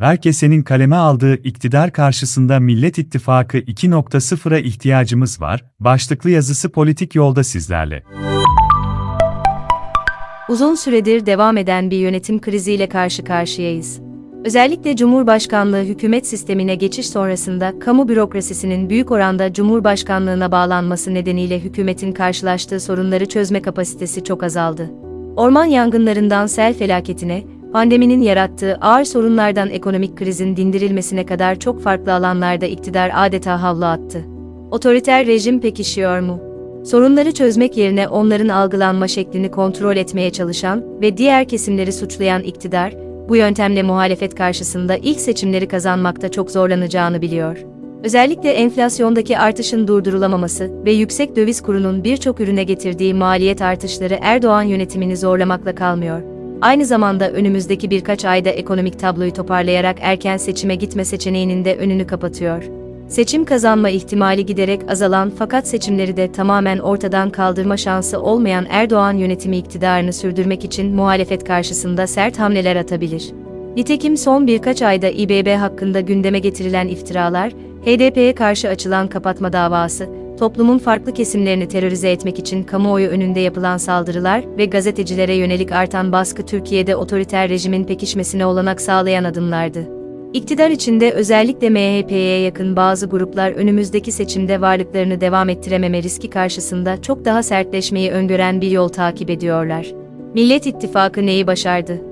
Herkesenin kaleme aldığı iktidar karşısında Millet İttifakı 2.0'a ihtiyacımız var, başlıklı yazısı politik yolda sizlerle. Uzun süredir devam eden bir yönetim kriziyle karşı karşıyayız. Özellikle Cumhurbaşkanlığı hükümet sistemine geçiş sonrasında kamu bürokrasisinin büyük oranda Cumhurbaşkanlığına bağlanması nedeniyle hükümetin karşılaştığı sorunları çözme kapasitesi çok azaldı. Orman yangınlarından sel felaketine, pandeminin yarattığı ağır sorunlardan ekonomik krizin dindirilmesine kadar çok farklı alanlarda iktidar adeta havlu attı. Otoriter rejim pekişiyor mu? Sorunları çözmek yerine onların algılanma şeklini kontrol etmeye çalışan ve diğer kesimleri suçlayan iktidar, bu yöntemle muhalefet karşısında ilk seçimleri kazanmakta çok zorlanacağını biliyor. Özellikle enflasyondaki artışın durdurulamaması ve yüksek döviz kurunun birçok ürüne getirdiği maliyet artışları Erdoğan yönetimini zorlamakla kalmıyor. Aynı zamanda önümüzdeki birkaç ayda ekonomik tabloyu toparlayarak erken seçime gitme seçeneğinin de önünü kapatıyor. Seçim kazanma ihtimali giderek azalan fakat seçimleri de tamamen ortadan kaldırma şansı olmayan Erdoğan yönetimi iktidarını sürdürmek için muhalefet karşısında sert hamleler atabilir. Nitekim son birkaç ayda İBB hakkında gündeme getirilen iftiralar, HDP'ye karşı açılan kapatma davası, toplumun farklı kesimlerini terörize etmek için kamuoyu önünde yapılan saldırılar ve gazetecilere yönelik artan baskı Türkiye'de otoriter rejimin pekişmesine olanak sağlayan adımlardı. İktidar içinde özellikle MHP'ye yakın bazı gruplar önümüzdeki seçimde varlıklarını devam ettirememe riski karşısında çok daha sertleşmeyi öngören bir yol takip ediyorlar. Millet İttifakı neyi başardı?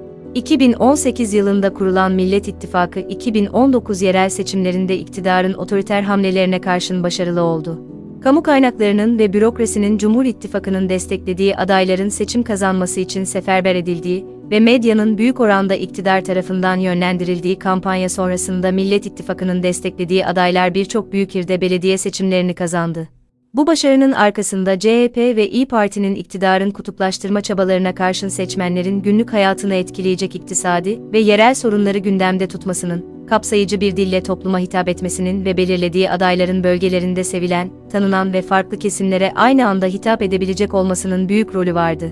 2018 yılında kurulan Millet İttifakı 2019 yerel seçimlerinde iktidarın otoriter hamlelerine karşın başarılı oldu. Kamu kaynaklarının ve bürokrasinin Cumhur İttifakı'nın desteklediği adayların seçim kazanması için seferber edildiği ve medyanın büyük oranda iktidar tarafından yönlendirildiği kampanya sonrasında Millet İttifakı'nın desteklediği adaylar birçok büyükilde belediye seçimlerini kazandı. Bu başarının arkasında CHP ve İYİ Parti'nin iktidarın kutuplaştırma çabalarına karşın seçmenlerin günlük hayatını etkileyecek iktisadi ve yerel sorunları gündemde tutmasının, kapsayıcı bir dille topluma hitap etmesinin ve belirlediği adayların bölgelerinde sevilen, tanınan ve farklı kesimlere aynı anda hitap edebilecek olmasının büyük rolü vardı.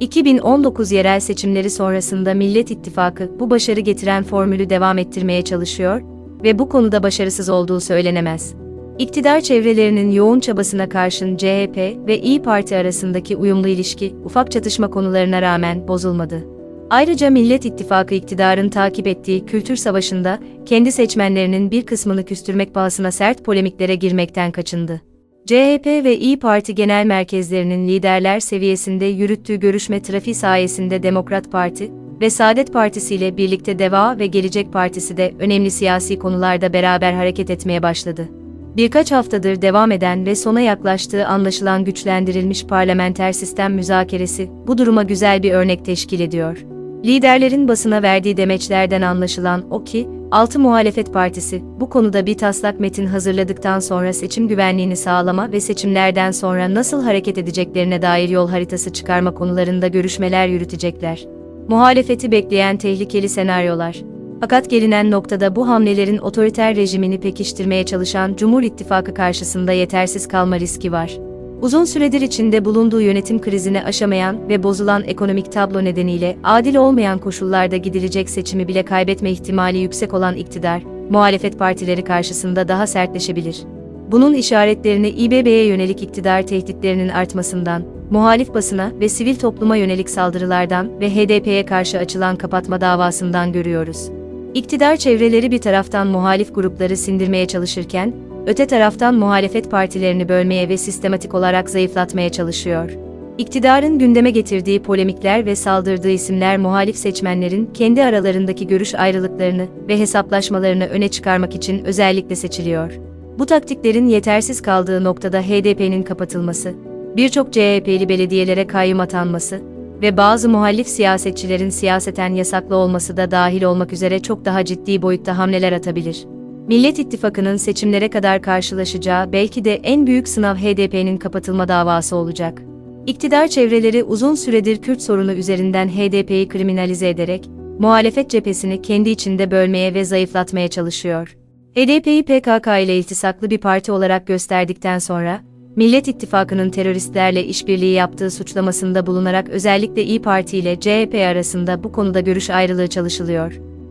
2019 yerel seçimleri sonrasında Millet İttifakı bu başarı getiren formülü devam ettirmeye çalışıyor ve bu konuda başarısız olduğu söylenemez. İktidar çevrelerinin yoğun çabasına karşın CHP ve İYİ Parti arasındaki uyumlu ilişki, ufak çatışma konularına rağmen bozulmadı. Ayrıca Millet İttifakı iktidarın takip ettiği kültür savaşında, kendi seçmenlerinin bir kısmını küstürmek pahasına sert polemiklere girmekten kaçındı. CHP ve İYİ Parti genel merkezlerinin liderler seviyesinde yürüttüğü görüşme trafiği sayesinde Demokrat Parti ve Saadet Partisi ile birlikte Deva ve Gelecek Partisi de önemli siyasi konularda beraber hareket etmeye başladı. Birkaç haftadır devam eden ve sona yaklaştığı anlaşılan güçlendirilmiş parlamenter sistem müzakeresi, bu duruma güzel bir örnek teşkil ediyor. Liderlerin basına verdiği demeçlerden anlaşılan o ki, 6 muhalefet partisi, bu konuda bir taslak metin hazırladıktan sonra seçim güvenliğini sağlama ve seçimlerden sonra nasıl hareket edeceklerine dair yol haritası çıkarma konularında görüşmeler yürütecekler. Muhalefeti bekleyen tehlikeli senaryolar. Fakat gelinen noktada bu hamlelerin otoriter rejimini pekiştirmeye çalışan Cumhur İttifakı karşısında yetersiz kalma riski var. Uzun süredir içinde bulunduğu yönetim krizini aşamayan ve bozulan ekonomik tablo nedeniyle adil olmayan koşullarda gidilecek seçimi bile kaybetme ihtimali yüksek olan iktidar, muhalefet partileri karşısında daha sertleşebilir. Bunun işaretlerini İBB'ye yönelik iktidar tehditlerinin artmasından, muhalif basına ve sivil topluma yönelik saldırılardan ve HDP'ye karşı açılan kapatma davasından görüyoruz. İktidar çevreleri bir taraftan muhalif grupları sindirmeye çalışırken, öte taraftan muhalefet partilerini bölmeye ve sistematik olarak zayıflatmaya çalışıyor. İktidarın gündeme getirdiği polemikler ve saldırdığı isimler muhalif seçmenlerin kendi aralarındaki görüş ayrılıklarını ve hesaplaşmalarını öne çıkarmak için özellikle seçiliyor. Bu taktiklerin yetersiz kaldığı noktada HDP'nin kapatılması, birçok CHP'li belediyelere kayyum atanması ve bazı muhalif siyasetçilerin siyaseten yasaklı olması da dahil olmak üzere çok daha ciddi boyutta hamleler atabilir. Millet İttifakı'nın seçimlere kadar karşılaşacağı belki de en büyük sınav HDP'nin kapatılma davası olacak. İktidar çevreleri uzun süredir Kürt sorunu üzerinden HDP'yi kriminalize ederek, muhalefet cephesini kendi içinde bölmeye ve zayıflatmaya çalışıyor. HDP'yi PKK ile iltisaklı bir parti olarak gösterdikten sonra, Millet İttifakı'nın teröristlerle işbirliği yaptığı suçlamasında bulunarak özellikle İYİ Parti ile CHP arasında bu konuda görüş ayrılığı çalışılıyor.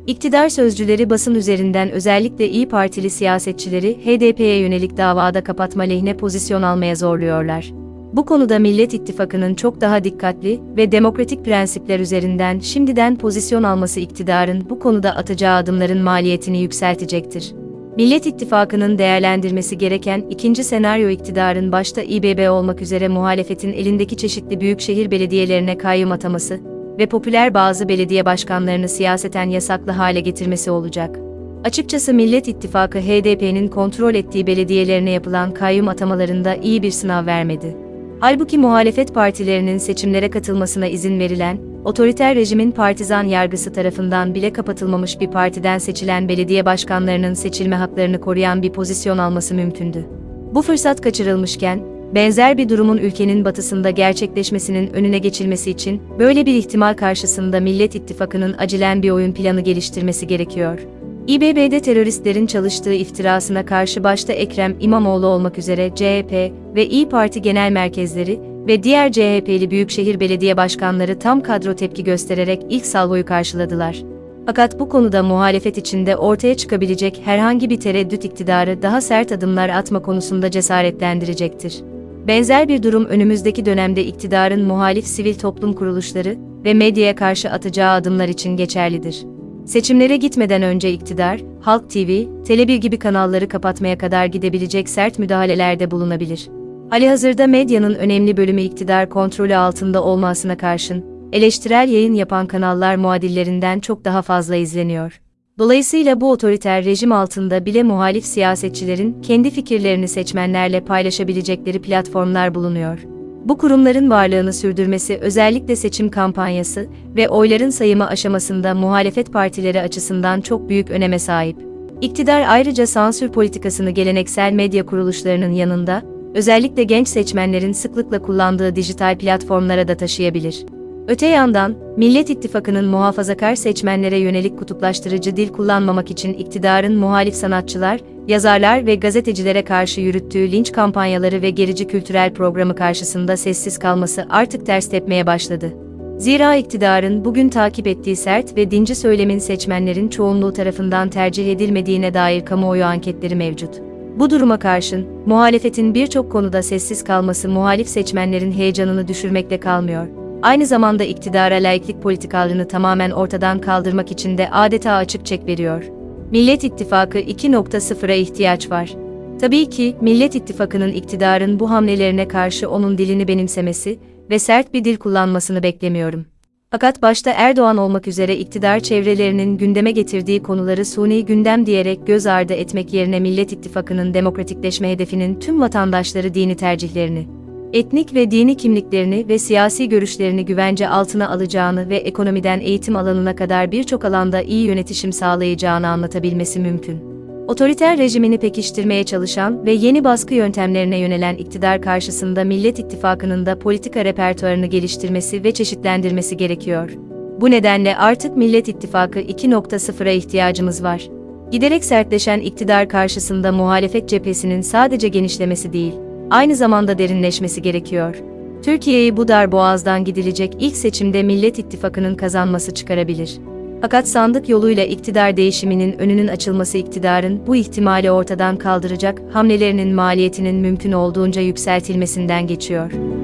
İktidar sözcüleri basın üzerinden özellikle İYİ Partili siyasetçileri HDP'ye yönelik davada kapatma lehine pozisyon almaya zorluyorlar. Bu konuda Millet İttifakı'nın çok daha dikkatli ve demokratik prensipler üzerinden şimdiden pozisyon alması iktidarın bu konuda atacağı adımların maliyetini yükseltecektir. Millet İttifakı'nın değerlendirmesi gereken ikinci senaryo iktidarın başta İBB olmak üzere muhalefetin elindeki çeşitli büyükşehir belediyelerine kayyum ataması ve popüler bazı belediye başkanlarını siyaseten yasaklı hale getirmesi olacak. Açıkçası Millet İttifakı HDP'nin kontrol ettiği belediyelerine yapılan kayyum atamalarında iyi bir sınav vermedi. Halbuki muhalefet partilerinin seçimlere katılmasına izin verilen, otoriter rejimin partizan yargısı tarafından bile kapatılmamış bir partiden seçilen belediye başkanlarının seçilme haklarını koruyan bir pozisyon alması mümkündü. Bu fırsat kaçırılmışken, benzer bir durumun ülkenin batısında gerçekleşmesinin önüne geçilmesi için, böyle bir ihtimal karşısında Millet İttifakı'nın acilen bir oyun planı geliştirmesi gerekiyor. İBB'de teröristlerin çalıştığı iftirasına karşı başta Ekrem İmamoğlu olmak üzere CHP ve İYİ Parti genel merkezleri ve diğer CHP'li büyükşehir belediye başkanları tam kadro tepki göstererek ilk salvoyu karşıladılar. Fakat bu konuda muhalefet içinde ortaya çıkabilecek herhangi bir tereddüt iktidarı daha sert adımlar atma konusunda cesaretlendirecektir. Benzer bir durum önümüzdeki dönemde iktidarın muhalif sivil toplum kuruluşları ve medyaya karşı atacağı adımlar için geçerlidir. Seçimlere gitmeden önce iktidar, Halk TV, Tele1 gibi kanalları kapatmaya kadar gidebilecek sert müdahalelerde bulunabilir. Halihazırda medyanın önemli bölümü iktidar kontrolü altında olmasına karşın, eleştirel yayın yapan kanallar muadillerinden çok daha fazla izleniyor. Dolayısıyla bu otoriter rejim altında bile muhalif siyasetçilerin kendi fikirlerini seçmenlerle paylaşabilecekleri platformlar bulunuyor. Bu kurumların varlığını sürdürmesi özellikle seçim kampanyası ve oyların sayımı aşamasında muhalefet partileri açısından çok büyük öneme sahip. İktidar ayrıca sansür politikasını geleneksel medya kuruluşlarının yanında, özellikle genç seçmenlerin sıklıkla kullandığı dijital platformlara da taşıyabilir. Öte yandan, Millet İttifakı'nın muhafazakar seçmenlere yönelik kutuplaştırıcı dil kullanmamak için iktidarın muhalif sanatçılar, yazarlar ve gazetecilere karşı yürüttüğü linç kampanyaları ve gerici kültürel programı karşısında sessiz kalması artık ters tepmeye başladı. Zira iktidarın bugün takip ettiği sert ve dinci söylemin seçmenlerin çoğunluğu tarafından tercih edilmediğine dair kamuoyu anketleri mevcut. Bu duruma karşın, muhalefetin birçok konuda sessiz kalması muhalif seçmenlerin heyecanını düşürmekle kalmıyor. Aynı zamanda iktidara laiklik politikalarını tamamen ortadan kaldırmak için de adeta açık çek veriyor. Millet İttifakı 2.0'a ihtiyaç var. Tabii ki, Millet İttifakı'nın iktidarın bu hamlelerine karşı onun dilini benimsemesi ve sert bir dil kullanmasını beklemiyorum. Fakat başta Erdoğan olmak üzere iktidar çevrelerinin gündeme getirdiği konuları suni gündem diyerek göz ardı etmek yerine Millet İttifakı'nın demokratikleşme hedefinin tüm vatandaşları dini tercihlerini, etnik ve dini kimliklerini ve siyasi görüşlerini güvence altına alacağını ve ekonomiden eğitim alanına kadar birçok alanda iyi yönetişim sağlayacağını anlatabilmesi mümkün. Otoriter rejimini pekiştirmeye çalışan ve yeni baskı yöntemlerine yönelen iktidar karşısında Millet İttifakı'nın da politika repertuarını geliştirmesi ve çeşitlendirmesi gerekiyor. Bu nedenle artık Millet İttifakı 2.0'a ihtiyacımız var. Giderek sertleşen iktidar karşısında muhalefet cephesinin sadece genişlemesi değil, aynı zamanda derinleşmesi gerekiyor. Türkiye'yi bu darboğazdan gidilecek ilk seçimde Millet İttifakı'nın kazanması çıkarabilir. Fakat sandık yoluyla iktidar değişiminin önünün açılması iktidarın bu ihtimali ortadan kaldıracak hamlelerinin maliyetinin mümkün olduğunca yükseltilmesinden geçiyor.